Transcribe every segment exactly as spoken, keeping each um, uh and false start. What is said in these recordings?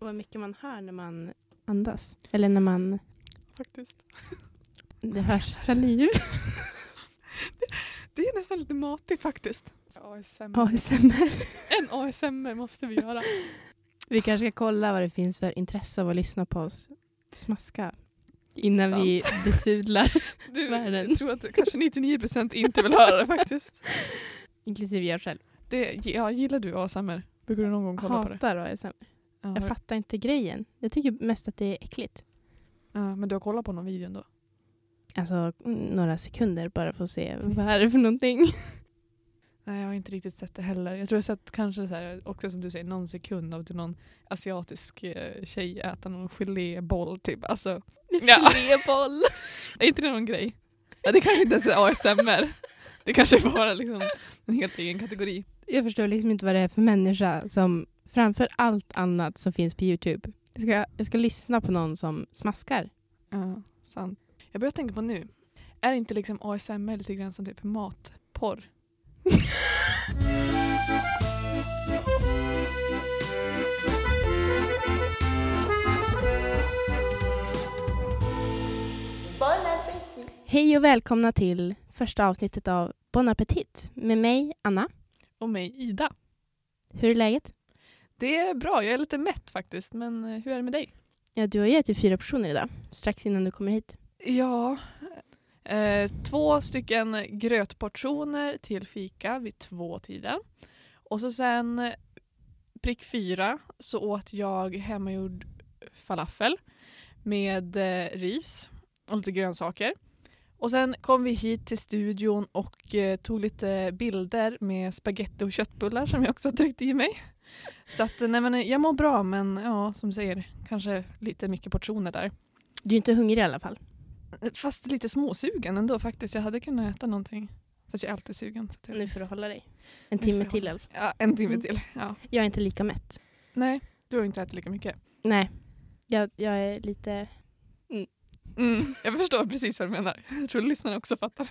vad mycket man hör när man andas. Eller när man... Faktiskt. Det hörs saliv. det, det är nästan lite matigt faktiskt. A S M R. A S M R. En A S M R måste vi göra. Vi kanske ska kolla vad det finns för intresse av att lyssna på oss smaska. Innan Sant. vi besudlar Du, världen. jag tror att kanske nittionio procent inte vill höra det faktiskt. Inklusive jag själv. Det, ja, gillar du A S M R? Brukar du någon gång kolla på det? Hatar A S M R. Ja, Jag fattar inte grejen. Jag tycker mest att det är äckligt. ja, men du har kollat på någon video ändå? Alltså några sekunder bara för att se vad är det för någonting. Nej, jag har inte riktigt sett det heller. Jag tror jag har sett kanske så här, också som du säger, någon sekund av till någon asiatisk eh, tjej äta någon geléboll typ. Alltså, ja. Geléboll. Är inte det någon grej? Ja, det kanske inte ens är A S M R. Det kanske är bara liksom en helt egen kategori. Jag förstår liksom inte vad det är för människa som framför allt annat som finns på YouTube. Jag ska, jag ska lyssna på någon som smaskar. Ja, sant. Jag börjar tänka på nu. Är inte liksom A S M R lite grann som typ matporr? Bon appétit! Hej och välkomna till första avsnittet av Bon Appetit med mig, Anna. Och mig, Ida. Hur är läget? Det är bra, jag är lite mätt faktiskt. Men hur är det med dig? Ja, du har ju ätit fyra portioner idag, strax innan du kommer hit. Ja, eh, två stycken grötportioner till fika vid två tiden. Och så sen prick fyra så åt jag hemmagjord falafel med eh, ris och lite grönsaker. Och sen kom vi hit till studion och eh, tog lite bilder med spaghetti och köttbullar som jag också har tryckt i mig. Så att, nej, men jag mår bra, men ja, som du säger, kanske lite mycket portioner där. Du är inte hungrig i alla fall. Fast lite småsugen ändå faktiskt. Jag hade kunnat äta någonting. Fast jag är alltid sugen. Så Nu får du hålla dig. En Nu timme får jag till i hålla- alla fall. Ja, en timme Mm. till. Ja. Jag är inte lika mätt. Nej, du har inte ätit lika mycket. Nej, jag, jag är lite... Mm, jag förstår precis vad du menar. Jag tror lyssnarna också fattar.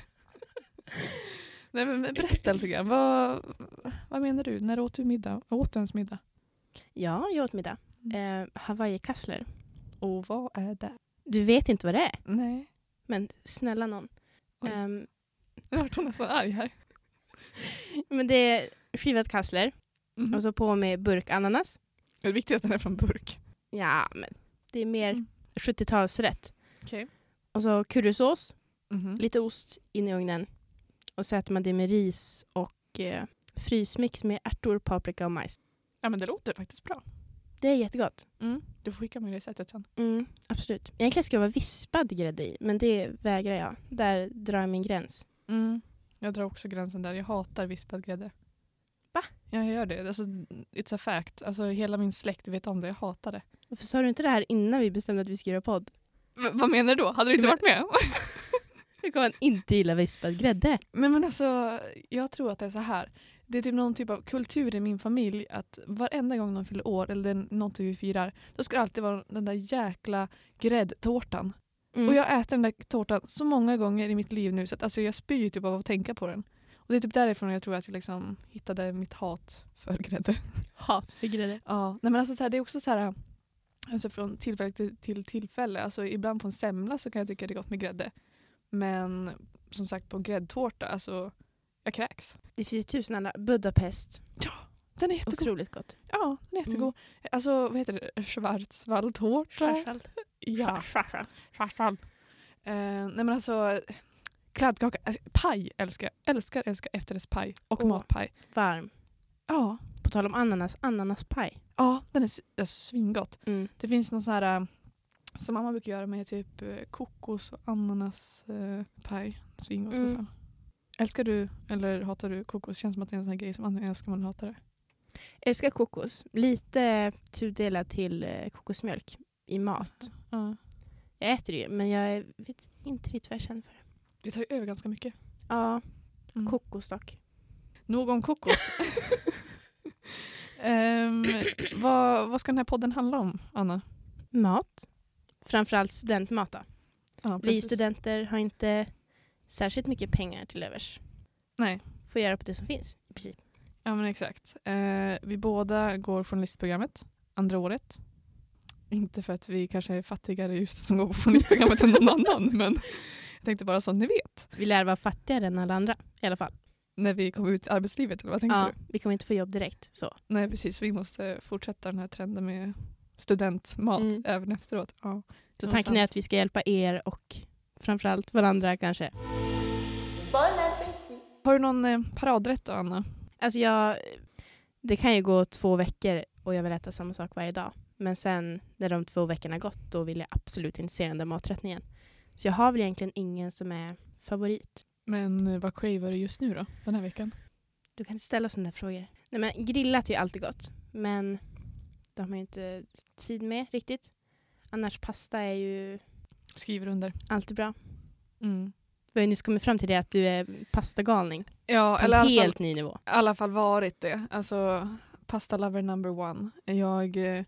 Nej, men berätta lite grann. Vad, vad menar du? När åt du middag? Åt du ens middag? Ja, jag åt middag. Eh, Hawaii-kassler. Och vad är det? Du vet inte vad det är, Nej. men snälla någon. Oj. Ehm, Nu vart hon nästan arg här. men det är skivat kassler. Mm. Och så på med burk ananas. Det är viktigt att den är från burk. Ja, men det är mer Mm. sjuttiotalsrätt. Okej. Och så currysås, Mhm. lite ost in i ugnen. Och så äter man det med ris och eh, frysmix med ärtor, paprika och majs. Ja, men det låter faktiskt bra. Det är jättegott. Mm. Du får skicka mig receptet sen. Mm, absolut. Egentligen ska det vara vispad grädde i, men det vägrar jag. Där drar jag min gräns. Mm. Jag drar också gränsen där. Jag hatar vispad grädde. Va? Ja, jag gör det. Alltså, it's a fact. Alltså, hela min släkt vet om det. Jag hatar det. Varför sa du inte det här innan vi bestämde att vi skulle göra podd? V- vad menar du då? Hade du inte Men- varit med? Hur kan man inte gilla vispad grädde? Nej, men alltså, jag tror att det är så här. Det är typ någon typ av kultur i min familj att varenda gång någon fyller år eller det är något vi firar, då ska det alltid vara den där jäkla gräddtårtan. Mm. Och jag äter den där tårtan så många gånger i mitt liv nu så att alltså, jag spyr typ av att tänka på den. Och det är typ därifrån jag tror att jag liksom hittade mitt hat för grädde. hat för grädde. Ja, nej, men alltså så här, det är också så här alltså från tillfälle till, till tillfälle. Alltså ibland på en semla så kan jag tycka det är gott med grädde. Men som sagt på gräddtårta, alltså jag kräks. Det finns ju tusen andra. Budapest. Den är jättegod. Otroligt gott. Ja, den är jättegod. Alltså vad heter det? Schwarzwaldtårta? Schwarzwald. Ja, Schwarzwald. Schwarzwald. Eh, nej men alltså kladdkaka, alltså, paj älskar, älskar, älskar efterrättspaj och Åh. matpaj. Varm. Ja, På tal om ananas. Ananaspaj. ja, den är s- alltså, svingott. Mm. Det finns någon sån här äh, som mamma brukar göra med typ äh, kokos och ananas äh, paj. Svingott Mm. mm. fan. Älskar du eller hatar du kokos? Känns som att det är en sån här grej som antingen älskar man eller hatar det. Älskar kokos. Lite tudelad till eh, kokosmjölk i mat. Ja. Jag äter det ju, men jag är- vet inte riktigt vad jag känner för det. Det tar ju över ganska mycket. Ja, Mm. kokos dock. Nog om kokos. um, vad, vad ska den här podden handla om, Anna? Mat. Framförallt studentmat då. Ja, Vi studenter har inte särskilt mycket pengar till övers. Nej. Får göra på det som finns i princip. Ja, men exakt. Eh, vi båda går journalistprogrammet andra året. Inte för att vi kanske är fattigare just som går på journalistprogrammet än någon annan. Men jag tänkte bara så att ni vet. Vi lär vara fattigare än alla andra i alla fall. När vi kommer ut i arbetslivet, eller vad tänkte Ja, du? vi kommer inte få jobb direkt. Så. Nej, precis. Vi måste fortsätta den här trenden med studentmat Mm. även efteråt. Ja. Så tanken är att vi ska hjälpa er och framförallt varandra kanske. Bon appétit. Har du någon eh, paradrätt då, Anna? Alltså jag, det kan ju gå två veckor och jag vill äta samma sak varje dag. Men sen när de två veckorna gått, då vill jag absolut inte se den där maträtten igen. Så jag har väl egentligen ingen som är favorit. Men eh, vad cravar du just nu då, den här veckan? Du kan inte ställa sådana där frågor. Nej, men grillat är ju alltid gott. Men det har man ju inte tid med riktigt. Annars pasta är ju Skriver under. alltid bra. Mm. Vi har ju nyss kommit fram till det att du är pastagalning. Ja, På eller i en alla fall, helt ny nivå. i alla fall varit det. Alltså, pasta lover number one. Jag eh,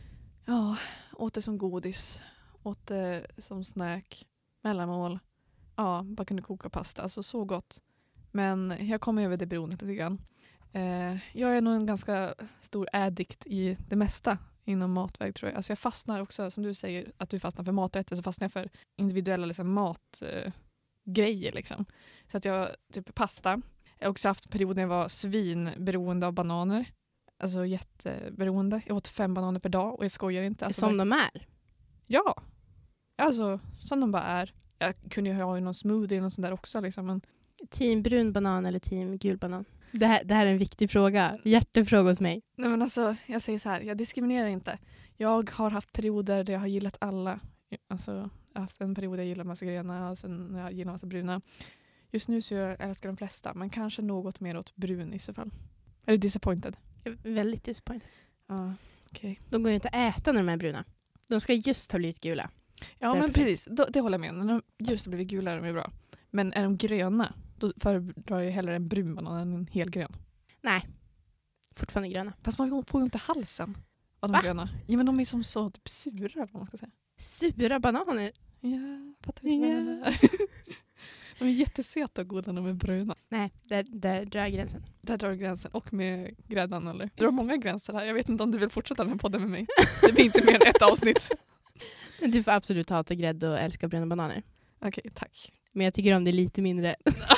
ja, åt det som godis. Åt det som snack. Mellanmål. Ja, bara kunde koka pasta. Alltså så gott. Men jag kommer över det beroendet lite grann. Eh, jag är nog en ganska stor addict i det mesta inom matväg, tror jag. Alltså jag fastnar också, som du säger, att du fastnar för maträtter, så fastnar jag för individuella liksom, matgrejer. Eh, grejer, liksom. Så att jag, typ pasta. Jag har också haft perioder när jag var svinberoende av bananer. Alltså jätteberoende. Jag åt fem bananer per dag och jag skojar inte. Alltså, Som de är. Ja. Alltså, som de bara är. Jag kunde ju ha någon smoothie eller något sånt där också. Liksom, men Team brun banan eller team gul banan? Det här, det här är en viktig fråga. Hjärtefråga hos mig. nej men alltså, jag säger så här, jag diskriminerar inte. Jag har haft perioder där jag har gillat alla. Alltså, jag har haft en period där jag gillar massa gröna och sen när jag gillar massa bruna. Just nu så jag älskar de flesta, men kanske något mer åt brun i så fall. Är du disappointed? Jag är väldigt disappointed. Ja, okej. De går ju inte att äta när de är bruna. De ska just ha blivit gula. Ja, Det är men perfekt. precis. Då, det håller jag med. När de just har blivit gula är de ju bra. Men är de gröna, då föredrar jag hellre en brun banan än en helgrön. Nej, fortfarande gröna. Fast man får ju inte halsen av de Va? gröna. Ja, men de är som så typ sura, eller vad man ska säga. Sura bananer. Ja, fattar inte vad jag Ja. menar. De är jättesöta och goda när de är bruna. Nej, där, där drar jag gränsen. Där drar du gränsen. Och med gräddan, eller? Du har många gränser här. Jag vet inte om du vill fortsätta den här podden med mig. Det blir inte mer än ett avsnitt. Men du får absolut hata grädde och älska bruna bananer. Okej, tack. Men jag tycker om det lite mindre.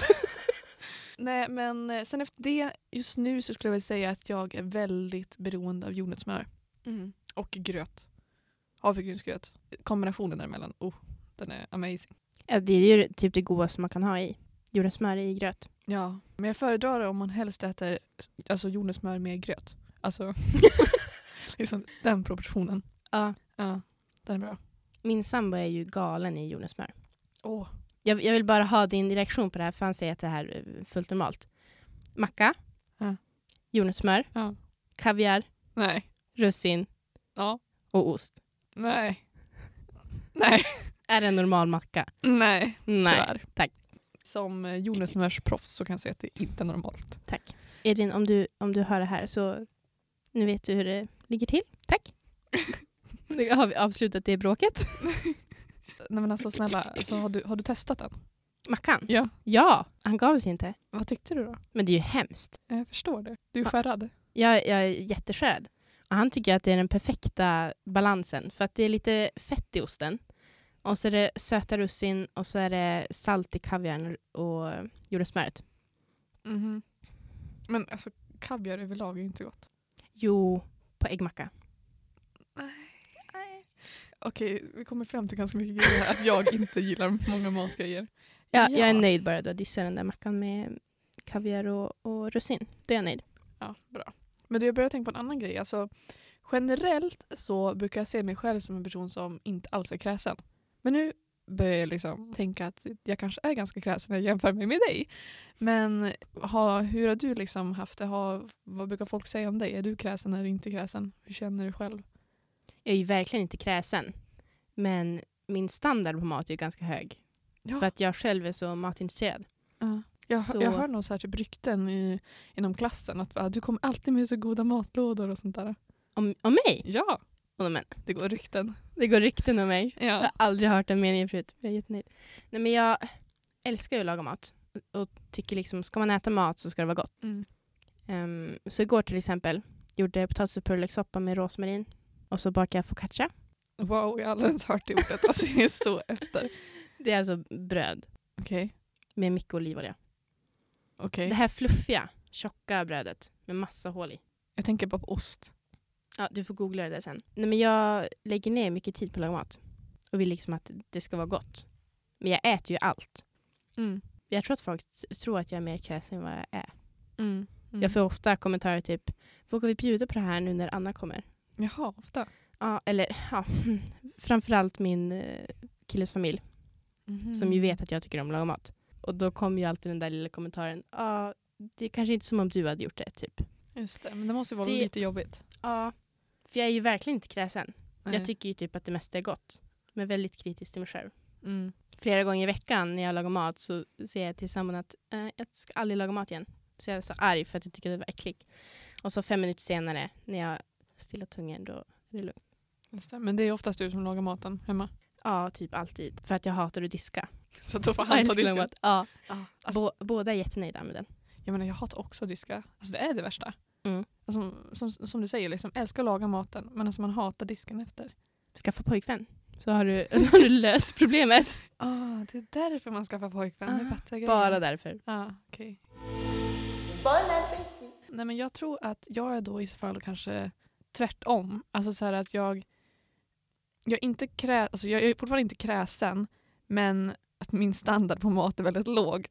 Nej, men eh, sen efter det, just nu så skulle jag vilja säga att jag är väldigt beroende av jordnötssmör. Mm. Och gröt. Havregrynsgröt. Kombinationen däremellan, oh, den är amazing. Alltså, det är ju typ det godaste man kan ha i. Jordnötssmör i gröt. Ja, men jag föredrar det om man helst äter alltså jordnötssmör med gröt. Alltså, liksom den proportionen. Ja. Ja, den är bra. Min sambo är ju galen i jordnötssmör. Åh, Jag, jag vill bara ha din reaktion på det här, för han säger att det här är fullt normalt. Macka, Ja. jordnötssmör, ja. kaviar, Nej. russin Ja. och ost. Nej. Nej. Är det en normal macka? Nej. Nej, Tyvärr. tack. Som eh, jordnötssmörsproffs så kan jag säga att det är inte normalt. Tack. Edvin, om du, om du hör det här så nu vet du hur det ligger till. Tack. Nu har vi avslutat det bråket. Nej men alltså snälla, alltså, har, du, har du testat den? Mackan? Ja. Ja, han gav sig inte. Vad tyckte du då? Men det är ju hemskt. Jag förstår det. Du är Ja. skärrad. Jag, jag är jätteskärrad. Och han tycker att det är den perfekta balansen. För att det är lite fett i osten. Och så är det söta russin och så är det salt i kaviarn och jordnötssmöret. Mhm. Men alltså kaviar överlag är ju inte gott. Jo, på äggmacka. Okej, vi kommer fram till ganska mycket grejer här. Att jag inte gillar många matgrejer. Ja, Ja. Jag är nöjd bara då. Dissar den där mackan med kaviar och, och russin. Då är jag nöjd. Ja, bra. Men du, jag börjar tänka på en annan grej. Alltså, generellt så brukar jag se mig själv som en person som inte alls är kräsen. Men nu börjar jag liksom tänka att jag kanske är ganska kräsen när jag jämför mig med dig. Men ha, hur har du liksom haft det? Ha, vad brukar folk säga om dig? Är du kräsen eller inte kräsen? Hur känner du själv? Jag är ju verkligen inte kräsen. Men min standard på mat är ju ganska hög. Ja. För att jag själv är så matintresserad. Ja. Jag, Så- jag hör nog så här typ rykten i, inom klassen att ah, du kommer alltid med så goda matlådor och sånt där. Om, om mig? Ja, Oh, men, det går rykten. det går rykten om mig. Jag Ja. har aldrig hört den meningen förut. Jag är jättenöjd. Nej, men jag älskar ju att laga mat. Och tycker liksom, ska man äta mat så ska det vara gott. Mm. Um, så igår till exempel gjorde jag potatis och purjolökssoppa med rosmarin. Och så bakade jag focaccia. Wow, jag har aldrig ens hört det ordet. Alltså jag är så efter. Det är alltså bröd Okej, med mycket olivolja. okej. Det här fluffiga, tjocka brödet med massa hål i. Jag tänker bara på ost. Ja, du får googla det där sen. Nej, men jag lägger ner mycket tid på att laga mat. Och vill liksom att det ska vara gott. Men jag äter ju allt. Mm. Jag tror att folk t- tror att jag är mer kräsen än vad jag är. Mm. Mm. Jag får ofta kommentarer typ, vågar vi bjuda på det här nu när Anna kommer? Jaha, ofta. Ja, eller ja, framförallt min eh, killes familj. Mhm. Som ju vet att jag tycker om att laga mat. Och då kommer ju alltid den där lilla kommentaren. Ja, det är kanske inte som om du hade gjort det, typ. Just det, men det måste ju vara Det- lite jobbigt. Ja, för jag är ju verkligen inte kräsen. Nej. Jag tycker ju typ att det mesta är gott. Men väldigt kritisk till mig själv. Mm. Flera gånger i veckan när jag lagar mat så säger jag till sambon att eh, jag ska aldrig laga mat igen. Så jag är så arg för att jag tycker att det var äckligt. Och så fem minuter senare när jag stillar tungen, då är det lugnt. Just det. Men det är oftast du som lagar maten hemma. Ja, typ alltid. För att jag hatar att diska. Så då får Jag han ta älskar disken. mat. Ja, Ja, alltså, Bå- båda är jättenöjda med den. jag menar, jag hatar också att diska. Alltså det är det värsta. Mm. Alltså, som, som du säger, liksom, älskar att laga maten. Men alltså man hatar disken efter. Skaffa pojkvän. Så har du, så har du löst problemet. Ah, det är därför man skaffar pojkvän. Ah, Jag fattar grejen. Bara därför. Ah, okej. Bon appétit. Nej, men jag tror att jag är då i så fall kanske tvärtom. Alltså så här att jag jag är inte krä, alltså jag är fortfarande inte kräsen, men att min standard på mat är väldigt låg.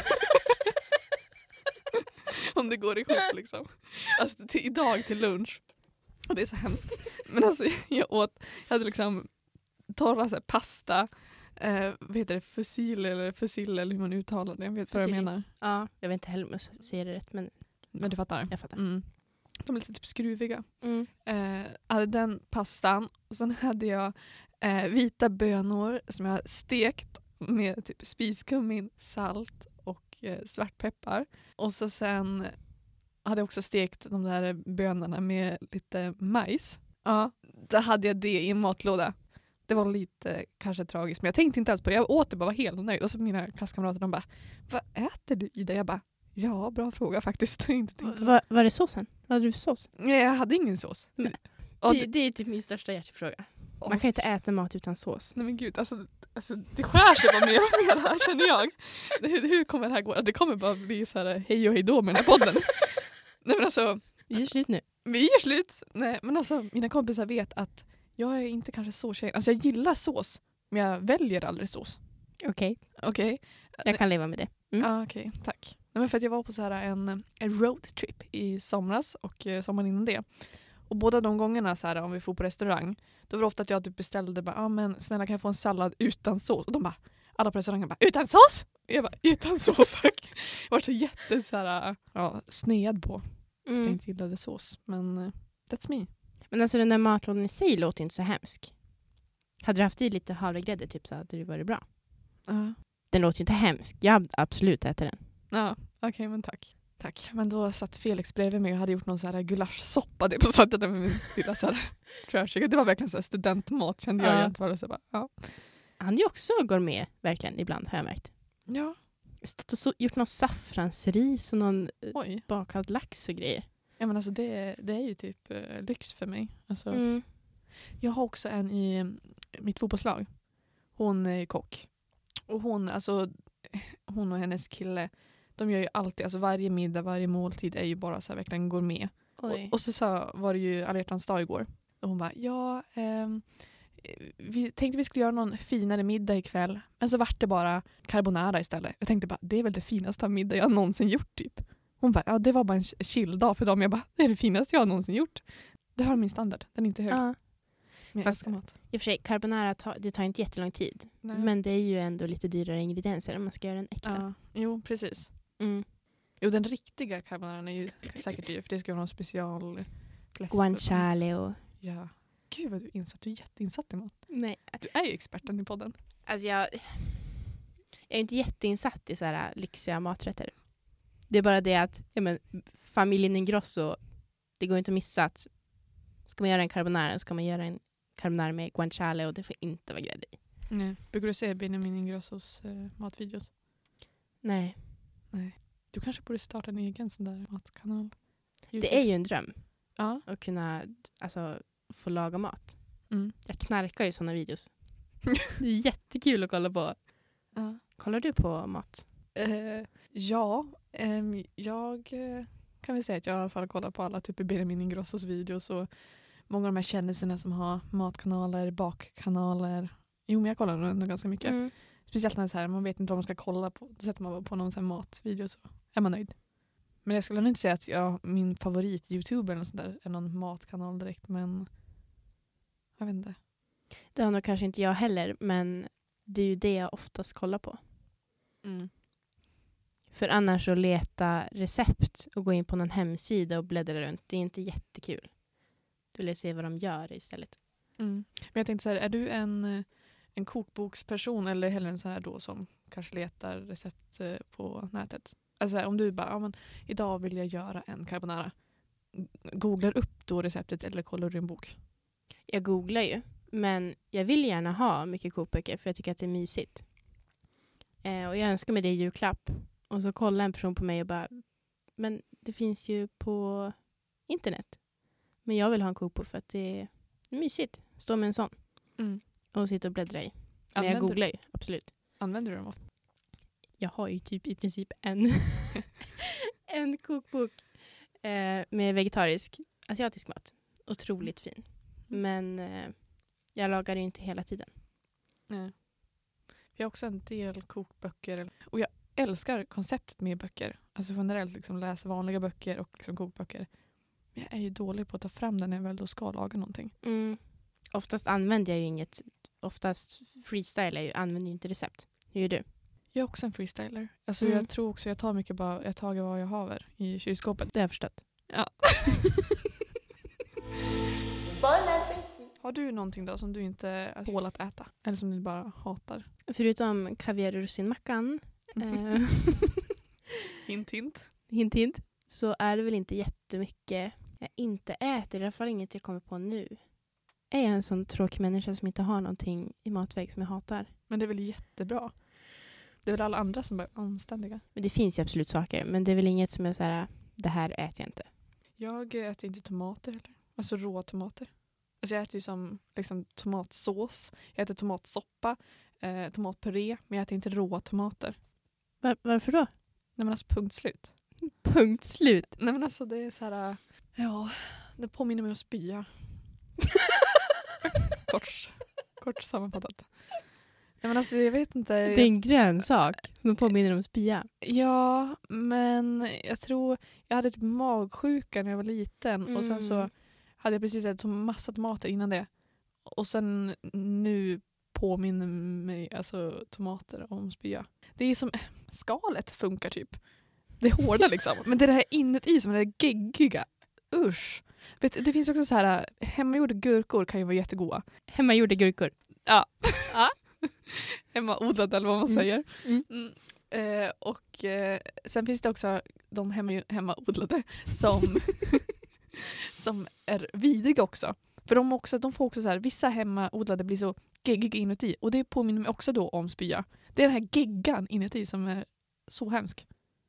Om det går ihop liksom. Alltså till, idag till lunch. Och det är så hemskt. Men alltså jag åt, jag hade liksom torra så här, pasta, eh, vad heter det, fusil eller fusil eller hur man uttalar det. Jag vet vad jag Fusilli. menar. Ja, jag vet inte heller om jag säger det rätt, men Men du fattar. jag fattar. Mm. De är lite typ skruviga. Mm. Eh, hade den pastan och sen hade jag eh, vita bönor som jag stekt med typ spiskummin, salt och eh, svartpeppar. Och så sen hade jag också stekt de där bönorna med lite majs. Ja, då hade jag det i en matlåda. Det var lite kanske tragiskt, men jag tänkte inte ens på det. Jag åt det, bara var helt nöjd. Och så mina klasskamrater, de bara, vad äter du i det? Jag bara, ja, bra fråga faktiskt. Inte tänkt på det. Va, var det såsen? Vad hade du för sås? Nej, jag hade ingen sås. Men- Och Det, det är typ min största hjärtefråga. Åh. Man kan ju inte äta mat utan sås. Nej men gud, alltså, alltså det skär sig bara mer och mer här känner jag. Hur, hur kommer det här gå? Det kommer bara bli så här hej och hej då med den här podden. Nej men alltså, Vi gör slut nu. vi gör slut. Nej men alltså, mina kompisar vet att jag är inte kanske så tjej. Alltså jag gillar sås, men jag väljer aldrig sås. Okej, Okej? jag kan leva med det. Mm. Ja, okej, tack. Nej, men för att jag var på så här en, en roadtrip i somras och eh, sommaren innan det. Och båda de gångerna så här, om vi får på restaurang, då var det ofta att jag typ beställde bara, ah, men snälla kan jag få en sallad utan sås? Och de bara, alla på restaurangen bara, utan sås? Och jag bara, utan sås tack. Jag var så jätte så här, ja, sned på. Jag Mm. inte gillade sås, men uh, that's me. Men alltså den där matlådan i sig låter ju inte så hemsk. Hade du haft i lite havregrädde typ så hade det varit bra. Ja, Den låter ju inte hemsk. Jag hade absolut ätit den. ja okej men tack. Tack. Men då satt Felix bredvid mig och hade gjort någon så här gulaschsoppa. Det satt där med min lilla så här trashig. Det var verkligen så här studentmat kände jag Ja. jämförelse. Så bara, ja. Han är ju också gourmet verkligen ibland har jag märkt. Ja. Stått och så, gjort någon saffransris och någon eh, Oj. bakad lax och grejer. Ja men alltså det, det är ju typ eh, lyx för mig. Alltså, Mm. jag har också en i eh, mitt fotbollslag. Hon är kock. Och hon, alltså hon och hennes kille, de gör ju alltid, alltså varje middag, varje måltid är ju bara så här verkligen gourmet. Oj. Och, och så sa, var det ju alla hjärtans dag igår. Och hon bara, ja, ehm, vi tänkte vi skulle göra någon finare middag ikväll. Men så vart det bara carbonara istället. Jag tänkte bara, det är väl det finaste middag jag någonsin gjort typ. Hon bara, ja det var bara en chill dag för dem. Jag bara, det är det finaste jag någonsin gjort. Det har min standard, den är inte hög. Ja. Men jag Fast- älskar mat. I och för sig, carbonara tar, det tar inte jättelång tid. Nej. Men det är ju ändå lite dyrare ingredienser om man ska göra den äkta. Ja, jo, precis. Mm. Jo, den riktiga carbonaran är ju säkert dyr för det ska vara någon special Guanciale och... Ja. Gud vad du är insatt. Du är jätteinsatt i mat. Nej. Du är ju experten i podden. Alltså jag... Jag är inte jätteinsatt i så här lyxiga maträtter. Det är bara det att ja, men, familjen Ingrosso, det går inte att missa att ska man göra en carbonara ska man göra en carbonara med guanciale och det får inte vara grädde i. Nej. Brukar du se Benjamin Ingrossos eh, matvideos? Nej. Du kanske borde starta en egen sån där matkanal. Det är ju en dröm Ja. att kunna alltså, få laga mat. Mm. Jag knarkar ju sådana videos. Det är jättekul att kolla på. Ja. Kollar du på mat? Eh, ja, ehm, jag eh, kan väl säga att jag i alla fall kollar på alla typer Benjamin Ingrossos videos och många av de här kändisarna som har matkanaler, bakkanaler. Jo, men jag kollar nog ändå ganska mycket. Mm. Speciellt när det är så här, man vet inte vad man ska kolla på. Då sätter man bara på någon sån här matvideo så är man nöjd. Men jag skulle nog inte säga att jag, min favorit-youtuber eller sånt där är någon matkanal direkt, men jag vet inte. Det har nog kanske inte jag heller, men det är ju det jag oftast kollar på. Mm. För annars att leta recept och gå in på någon hemsida och bläddra runt, det är inte jättekul. Du vill se vad de gör istället. Mm. Men jag tänkte så här, är du en, en kokboksperson eller hellre en sån här då som kanske letar recept eh, på nätet? Alltså här, om du bara, ja men idag vill jag göra en carbonara. Googlar upp då receptet eller kollar du en bok? Jag googlar ju, men jag vill gärna ha mycket kokböcker för jag tycker att det är mysigt. Eh, och jag önskar mig det i julklapp. Och så kollar en person på mig och bara, men det finns ju på internet. Men jag vill ha en kokbok för att det är mysigt. Stå med en sån. Mm. Och sitta och bläddra i. Men Använder, jag googlar ju, absolut. använder du dem ofta? Jag har ju typ i princip en, en kokbok eh, med vegetarisk asiatisk mat. Otroligt fin. Men eh, jag lagar det ju inte hela tiden. Nej. Jag har också en del kokböcker. Och jag älskar konceptet med böcker. Alltså generellt liksom läsa vanliga böcker och liksom kokböcker. Men jag är ju dålig på att ta fram den när jag väl då ska laga någonting. Mm. Oftast använder jag ju inget. Oftast freestyle är ju, använder ju inte recept. Hur gör du? Jag är också en freestyler. Alltså Mm. jag tror också jag tar mycket bara, jag tar vad jag haver i kylskåpet. Det har jag förstått. Ja. Bon appétit. Har du någonting då som du inte tål att äta? Eller som du bara hatar? Förutom kaviar och russinmackan. eh, Hint, hint. hint hint. Så är det väl inte jättemycket jag inte äter. I alla fall inget jag kommer på nu. Är jag en sån tråkig människa som inte har någonting i matväg som jag hatar? Men det är väl jättebra. Det är väl alla andra som är omständiga. Men det finns ju absolut saker. Men det är väl inget som är så här, det här äter jag inte. Jag äter inte tomater heller. Alltså råa tomater. Alltså jag äter ju som liksom, tomatsås. Jag äter tomatsoppa. Eh, tomatpuré. Men jag äter inte råa tomater. Var, varför då? Nej men alltså punkt slut. Punkt slut. Nej men alltså det är så här. Ja, det påminner mig om spya. kort, kort sammanfattat. Nej men alltså jag vet inte. Det är en grönsak som påminner om spya. Ja, men jag tror jag hade typ magsjuka när jag var liten. Mm. Och sen så hade jag precis ätit massa tomater innan det. Och sen nu påminner mig alltså tomater om spya. Det är som skalet funkar typ. Det är hårda liksom. Men det är det här inuti som är det geggiga. Usch. Vet, det finns också så här hemmagjorda gurkor kan ju vara jättegoda. Hemmagjorda gurkor. Ja. Ja. Hemmaodlade eller vad man Mm. säger. Mm. Mm. Eh, och eh, sen finns det också de hemma, hemmaodlade som, som är vidriga också. För de, också, de får också så här, vissa hemmaodlade blir så geggiga inuti. Och det påminner mig också då om spya. Det är den här geggan inuti som är så hemsk.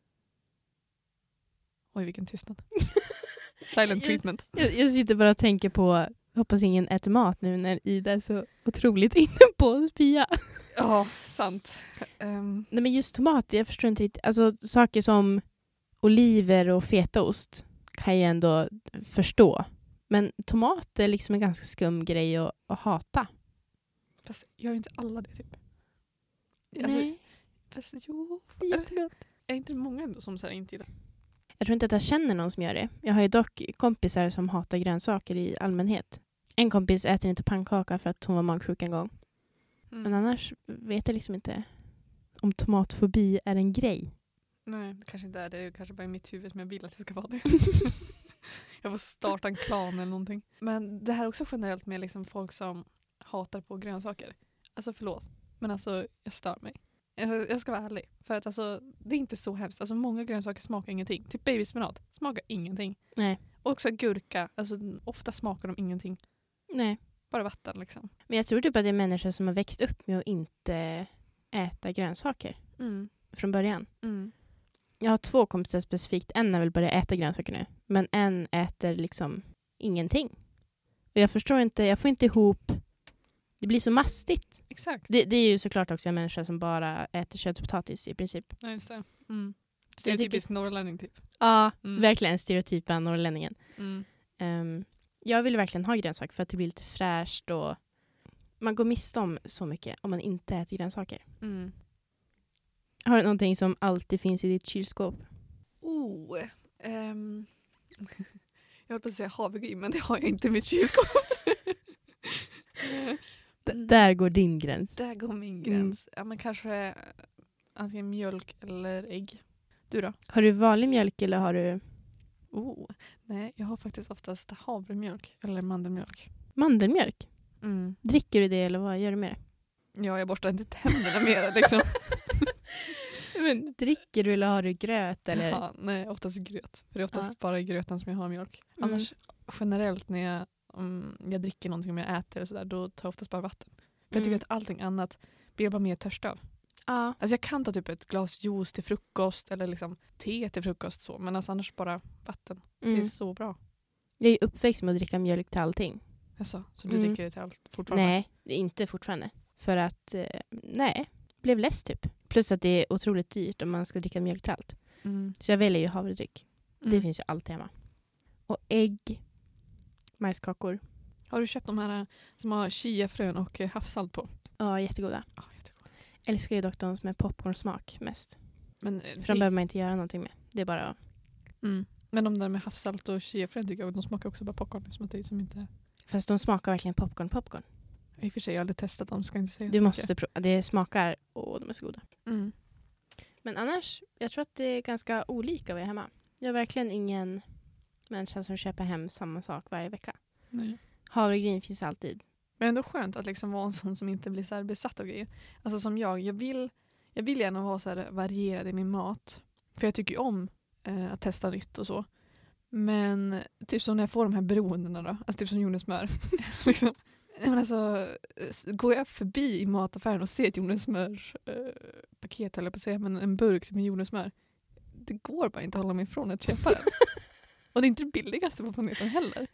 Oj, vilken tystnad. Silent treatment. Jag, jag sitter bara och tänker på, hoppas ingen äter mat nu när Ida är så otroligt inne på att spya. Ja, sant. Um, Nej men just tomater, jag förstår inte riktigt. Alltså saker som oliver och fetaost kan jag ändå förstå. Men tomater är liksom en ganska skum grej att, att hata. fast gör ju inte alla det typ. Alltså, Nej, fast jo. det är jättegott. Är inte många ändå som så här inte gillar? Jag tror inte att jag känner någon som gör det. Jag har ju dock kompisar som hatar grönsaker i allmänhet. En kompis äter inte pannkaka för att hon var magsjuk en gång. Mm. Men annars vet jag liksom inte om tomatfobi är en grej. Nej, det kanske inte är det. Det är kanske bara i mitt huvud som jag vill att det ska vara det. Jag får starta en klan eller någonting. Men det här är också generellt med liksom folk som hatar på grönsaker. Alltså förlåt. Men alltså jag stör mig. Jag, jag ska vara ärlig. För att alltså det är inte så hemskt. Alltså många grönsaker smakar ingenting. Typ babyspenat smakar ingenting. Nej. Och också gurka. Alltså ofta smakar de ingenting. Nej. Bara vatten liksom. Men jag tror typ att det är människor som har växt upp med att inte äta grönsaker Mm. från början. Mm. Jag har två kompisar specifikt. En har väl börjat äta grönsaker nu. Men en äter liksom ingenting. Och jag förstår inte, jag får inte ihop Det blir så mastigt. Exakt. Det, det är ju såklart också en människa som bara äter kött och potatis i princip. Nej, just det. Mm. Stereotypisk norrlänning typ. Ja, Mm. verkligen stereotypa norrlänningen. Mm. Um, jag vill verkligen ha grönsaker för att det blir lite fräscht och man går miste om så mycket om man inte äter grönsaker. Mm. Har du någonting som alltid finns i ditt kylskåp? Oh, ehm. jag höll på att säga havregryn, men det har jag inte i mitt kylskåp. D- där går din gräns. Där går min gräns. Ja, men kanske antingen mjölk eller ägg. Du då? Har du vanlig mjölk eller har du Oh, nej, jag har faktiskt oftast havremjölk eller mandelmjölk. mandelmjölk? Mm. Dricker du det eller vad gör du med det? Ja, jag borstar inte tänderna mer liksom. Men, dricker du eller har du gröt? Eller? Ja, nej, oftast gröt. För det är oftast Ja. bara i gröten som jag har mjölk. Mm. Annars generellt när jag, om jag dricker någonting, om jag äter och sådär, då tar jag oftast bara vatten. För jag tycker Mm. att allting annat blir jag bara mer törst av. Ja. Alltså jag kan ta typ ett glas juice till frukost eller liksom te till frukost så. Men alltså annars bara vatten. Det Mm. är så bra. Jag är uppväxt med att dricka mjölk till allting. Alltså, så du Mm. dricker det till allt fortfarande? Nej, inte fortfarande. För att, eh, nej, blev less typ. Plus att det är otroligt dyrt om man ska dricka mjölk till allt. Mm. Så jag väljer ju havredryck. Det Mm. finns ju alltid hemma. Och ägg, majskakor. Har du köpt de här eh, som har chiafrön och eh, havssalt på? Ja, jättegoda. Ja, jättegod. Älskar ju dock de som är popcornsmak mest. Men, eh, För de behöver man inte göra någonting med. Det är bara... mm. Men de där med havssalt och chiafrön tycker jag, de smakar också bara popcorn. Som att det är som inte... Fast de smakar verkligen popcorn, popcorn. I och för sig, jag har aldrig testat dem, ska inte säga Du så måste prova. Det smakar... Åh, de är så goda. mycket. Mm. Men annars, jag tror att det är ganska olika vad jag är hemma. Jag är verkligen ingen människa som köper hem samma sak varje vecka. Nej. Havregryn finns alltid. Men ändå skönt att liksom vara en sån som inte blir så här besatt av grejer. Alltså som jag, jag vill, jag vill gärna vara så här varierad i min mat. För jag tycker ju om eh, att testa nytt och så. Men typ som när jag får de här beroendena då. Alltså typ som jordnötssmör. liksom. Men alltså, s- går jag förbi i mataffären och ser ett jordnötssmör eh, paket, eller på att säga, men en burk med jordnötssmör. Det går bara inte att hålla mig ifrån att köpa den. Och det är inte det billigaste på planeten heller.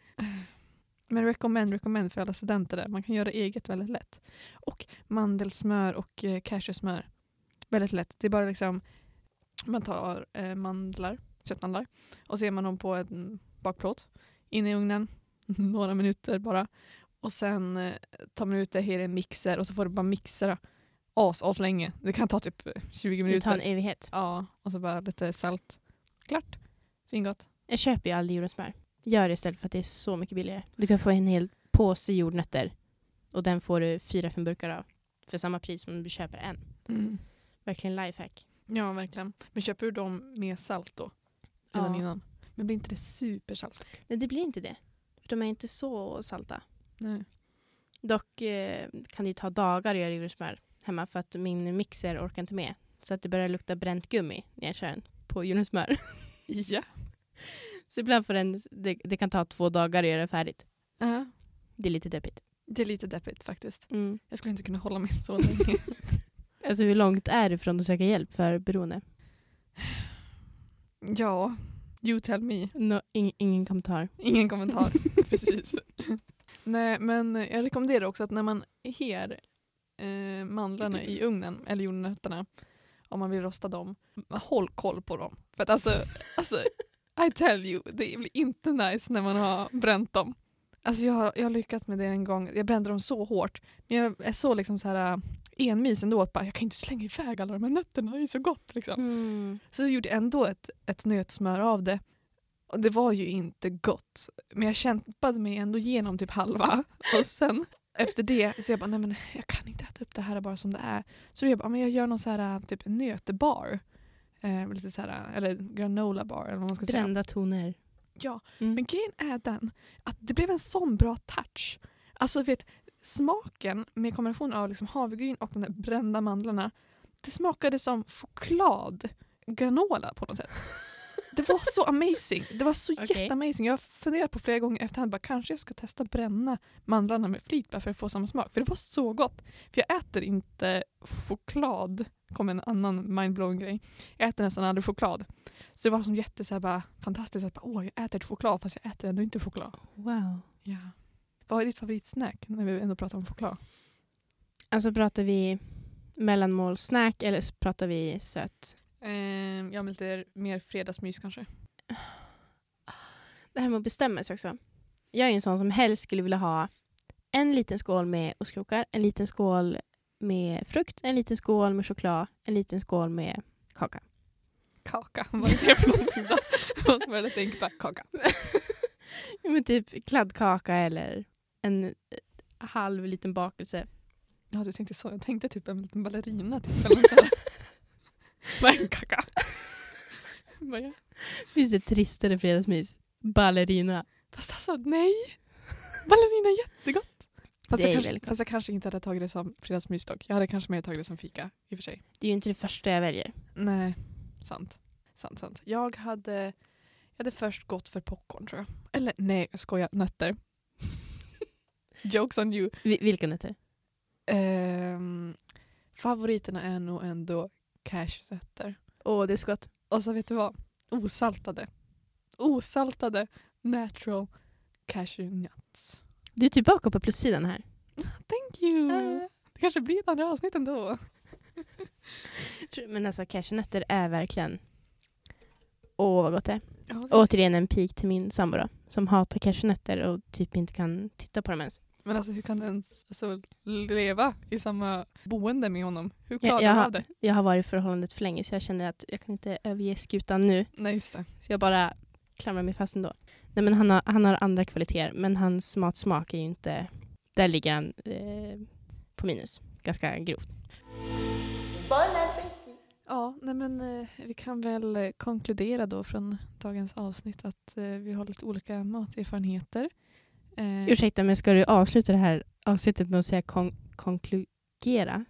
Men recommend, recommend för alla studenter där. Man kan göra eget väldigt lätt. Och mandelsmör och eh, cashewsmör. Väldigt lätt. Det är bara liksom, man tar eh, mandlar, köttmandlar. Och så är man dem på en bakplåt. In i ugnen. Några minuter bara. Och sen eh, tar man ut det här i en mixer. Och så får du bara mixera as, as länge. Det kan ta typ tjugo Det minuter. tar en evighet. Ja, och så bara lite salt. Klart. Svingott. Jag köper ju aldrig jordnötssmör. Gör det istället för att det är så mycket billigare. Du kan få en hel påse jordnötter. Och den får du fyra, fem burkar av. För samma pris som du köper en. Mm. Verkligen lifehack. Ja, verkligen. Men köper du dem med salt då? Redan Ja. innan? Men blir inte det supersalt? Nej, det blir inte det. För de är inte så salta. Nej. Dock eh, kan det ju ta dagar att göra jordnötssmör hemma. För att min mixer orkar inte med. Så att det börjar lukta bränt gummi när jag kör den på jordnötssmör. Ja. Så ibland får den, det, det kan ta två dagar att göra det färdigt. Ja. Det är lite deppigt. Det är lite deppigt faktiskt. Mm. Jag skulle inte kunna hålla mig så länge. Alltså hur långt är du från att söka hjälp för beroende? Ja, you tell me. No, ing, ingen kommentar. Ingen kommentar. Precis. Nej, men jag rekommenderar också att när man her eh, mandlarna i ugnen, eller jordnötterna, om man vill rosta dem, håll koll på dem. För att alltså, alltså I tell you, det blir inte nice när man har bränt dem. Alltså jag har, jag har lyckats med det en gång. Jag brände dem så hårt. Men jag är så liksom så här uh, envis ändå att bara, jag kan inte slänga iväg alla de här nötterna. Det är ju så gott liksom. Mm. Så jag gjorde ändå ett, ett nötsmör av det. Och det var ju inte gott. Men jag kämpade mig ändå igenom typ halva. Och sen efter det så jag bara, nej men jag kan inte äta upp det här bara som det är. Så jag bara, men jag gör någon så här typ nötebar. Eh, lite så här, eller granola bar eller vad man ska säga. Brända toner. Ja, Mm. men grejen är den att det blev en sån bra touch. Alltså vet, smaken med kombination av liksom havregryn och de där brända mandlarna, det smakade som choklad granola på något sätt. Det var så amazing. Det var så Okej. jätteamazing. Jag har funderat på flera gånger efterhand, bara kanske jag ska testa bränna mandlarna med flit bara för att få samma smak. För det var så gott. För jag äter inte choklad. Kom en annan mindblowing grej. Jag äter nästan aldrig choklad. Så det var som jätte så här, bara fantastiskt att bara, åh, jag äter ett choklad fast jag äter ändå inte choklad. Wow. Ja. Vad är ditt favoritsnack när vi ändå pratar om choklad? Alltså pratar vi mellanmålsnack eller så pratar vi sött? Eh, jag vill lite mer fredagsmys kanske. Det här med att bestämma sig också. Jag är en sån som helst skulle vilja ha en liten skål med ostkrokar, en liten skål med frukt, en liten skål med choklad, en liten skål med kaka. Kaka, vad är det för någonting då? Jag måste börja tänka på kaka. Ja, men typ kladdkaka eller en eh, halv liten bakelse. Ja, du tänkte så. Jag tänkte typ en liten ballerina. Typ, eller så här. Vad är en kaka? Vad är? Finns det tristare fredagsmys? Ballerina. Fast alltså, nej. Ballerina är jättegott. Fast, Det jag är kanske, väldigt gott. fast jag kanske inte hade tagit det som fredagsmys dock. Jag hade kanske mer tagit det som fika, i och för sig. Det är ju inte det första jag väljer. Nej, sant. Sant, sant. Jag hade, jag hade först gått för popcorn, tror jag. Eller nej, jag skojar. Nötter. Jokes on you. Vi- vilka nötter? Ehm, favoriterna är nog ändå cashewnötter. Åh, det är så gott. Och så vet du vad? Osaltade. Osaltade natural cashew nuts. Du är tillbaka på plussidan här. Thank you. Äh. Det kanske blir ett andra avsnitt ändå. Men alltså cashewnötter är verkligen... Åh, vad gott det är. Ja, Återigen en pik till min sambo då, som hatar cashewnötter och typ inte kan titta på dem ens. men alltså hur kan du ens alltså, leva i samma boende med honom? Hur Jag, klarar jag, du av har, det? jag har varit i förhållandet för länge så jag känner att jag kan inte överge skutan nu. Nej, just det. Så jag bara klamrar mig fast ändå. Nej, men han har, han har andra kvaliteter, men hans matsmak är ju inte... Där ligger han eh, på minus. Ganska grovt. Bon appétit. Ja, nej men eh, vi kan väl eh, konkludera då från dagens avsnitt att eh, vi har lite olika materfarenheter. Eh, Ursäkta, men ska du avsluta det här avsnittet med att säga kon- konklugera?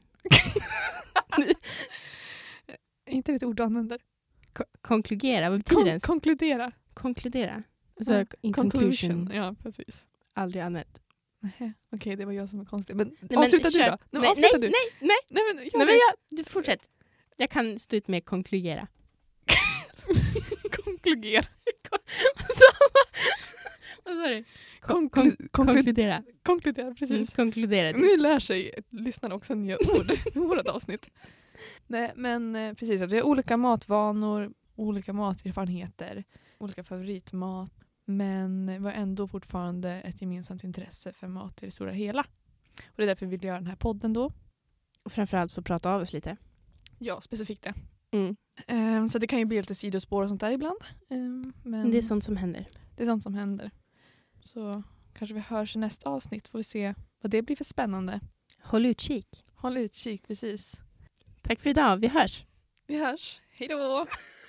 inte ett ord du använder. Ko- konklugera, vad betyder det Kon- ens? konkludera. Konkludera. Alltså, Ja, in conclusion. Ja, precis. Aldrig använt. Okej, okay, det var jag som var konstig. Men Nej, men avsluta du kör. då. Nej, men Nej, avsluta nej, du. nej, nej, nej, men, gör nej, men det. jag, du fortsätt. Jag kan stå ut med konklugera. Konkludera. Så, vad sa du? Kon- kon- Konklu- konkludera. konkludera, Mm, precis. konkludera. Nu lär sig lyssnarna också nya ord i vårt avsnitt. Nej, men eh, precis. Att vi har olika matvanor, olika materfarenheter, olika favoritmat. Men vi har ändå fortfarande ett gemensamt intresse för mat i det stora hela. Och det är därför vi vill göra den här podden då. Och framförallt få prata av oss lite. Ja, specifikt det. Mm. Um, så det kan ju bli lite sidospår och sånt där ibland. Um, men Det är sånt som händer. det är sånt som händer. Så kanske vi hörs i nästa avsnitt. Får vi se vad det blir för spännande. Håll utkik. Håll utkik, precis. Tack för idag. Vi hörs. Vi hörs. Hej då!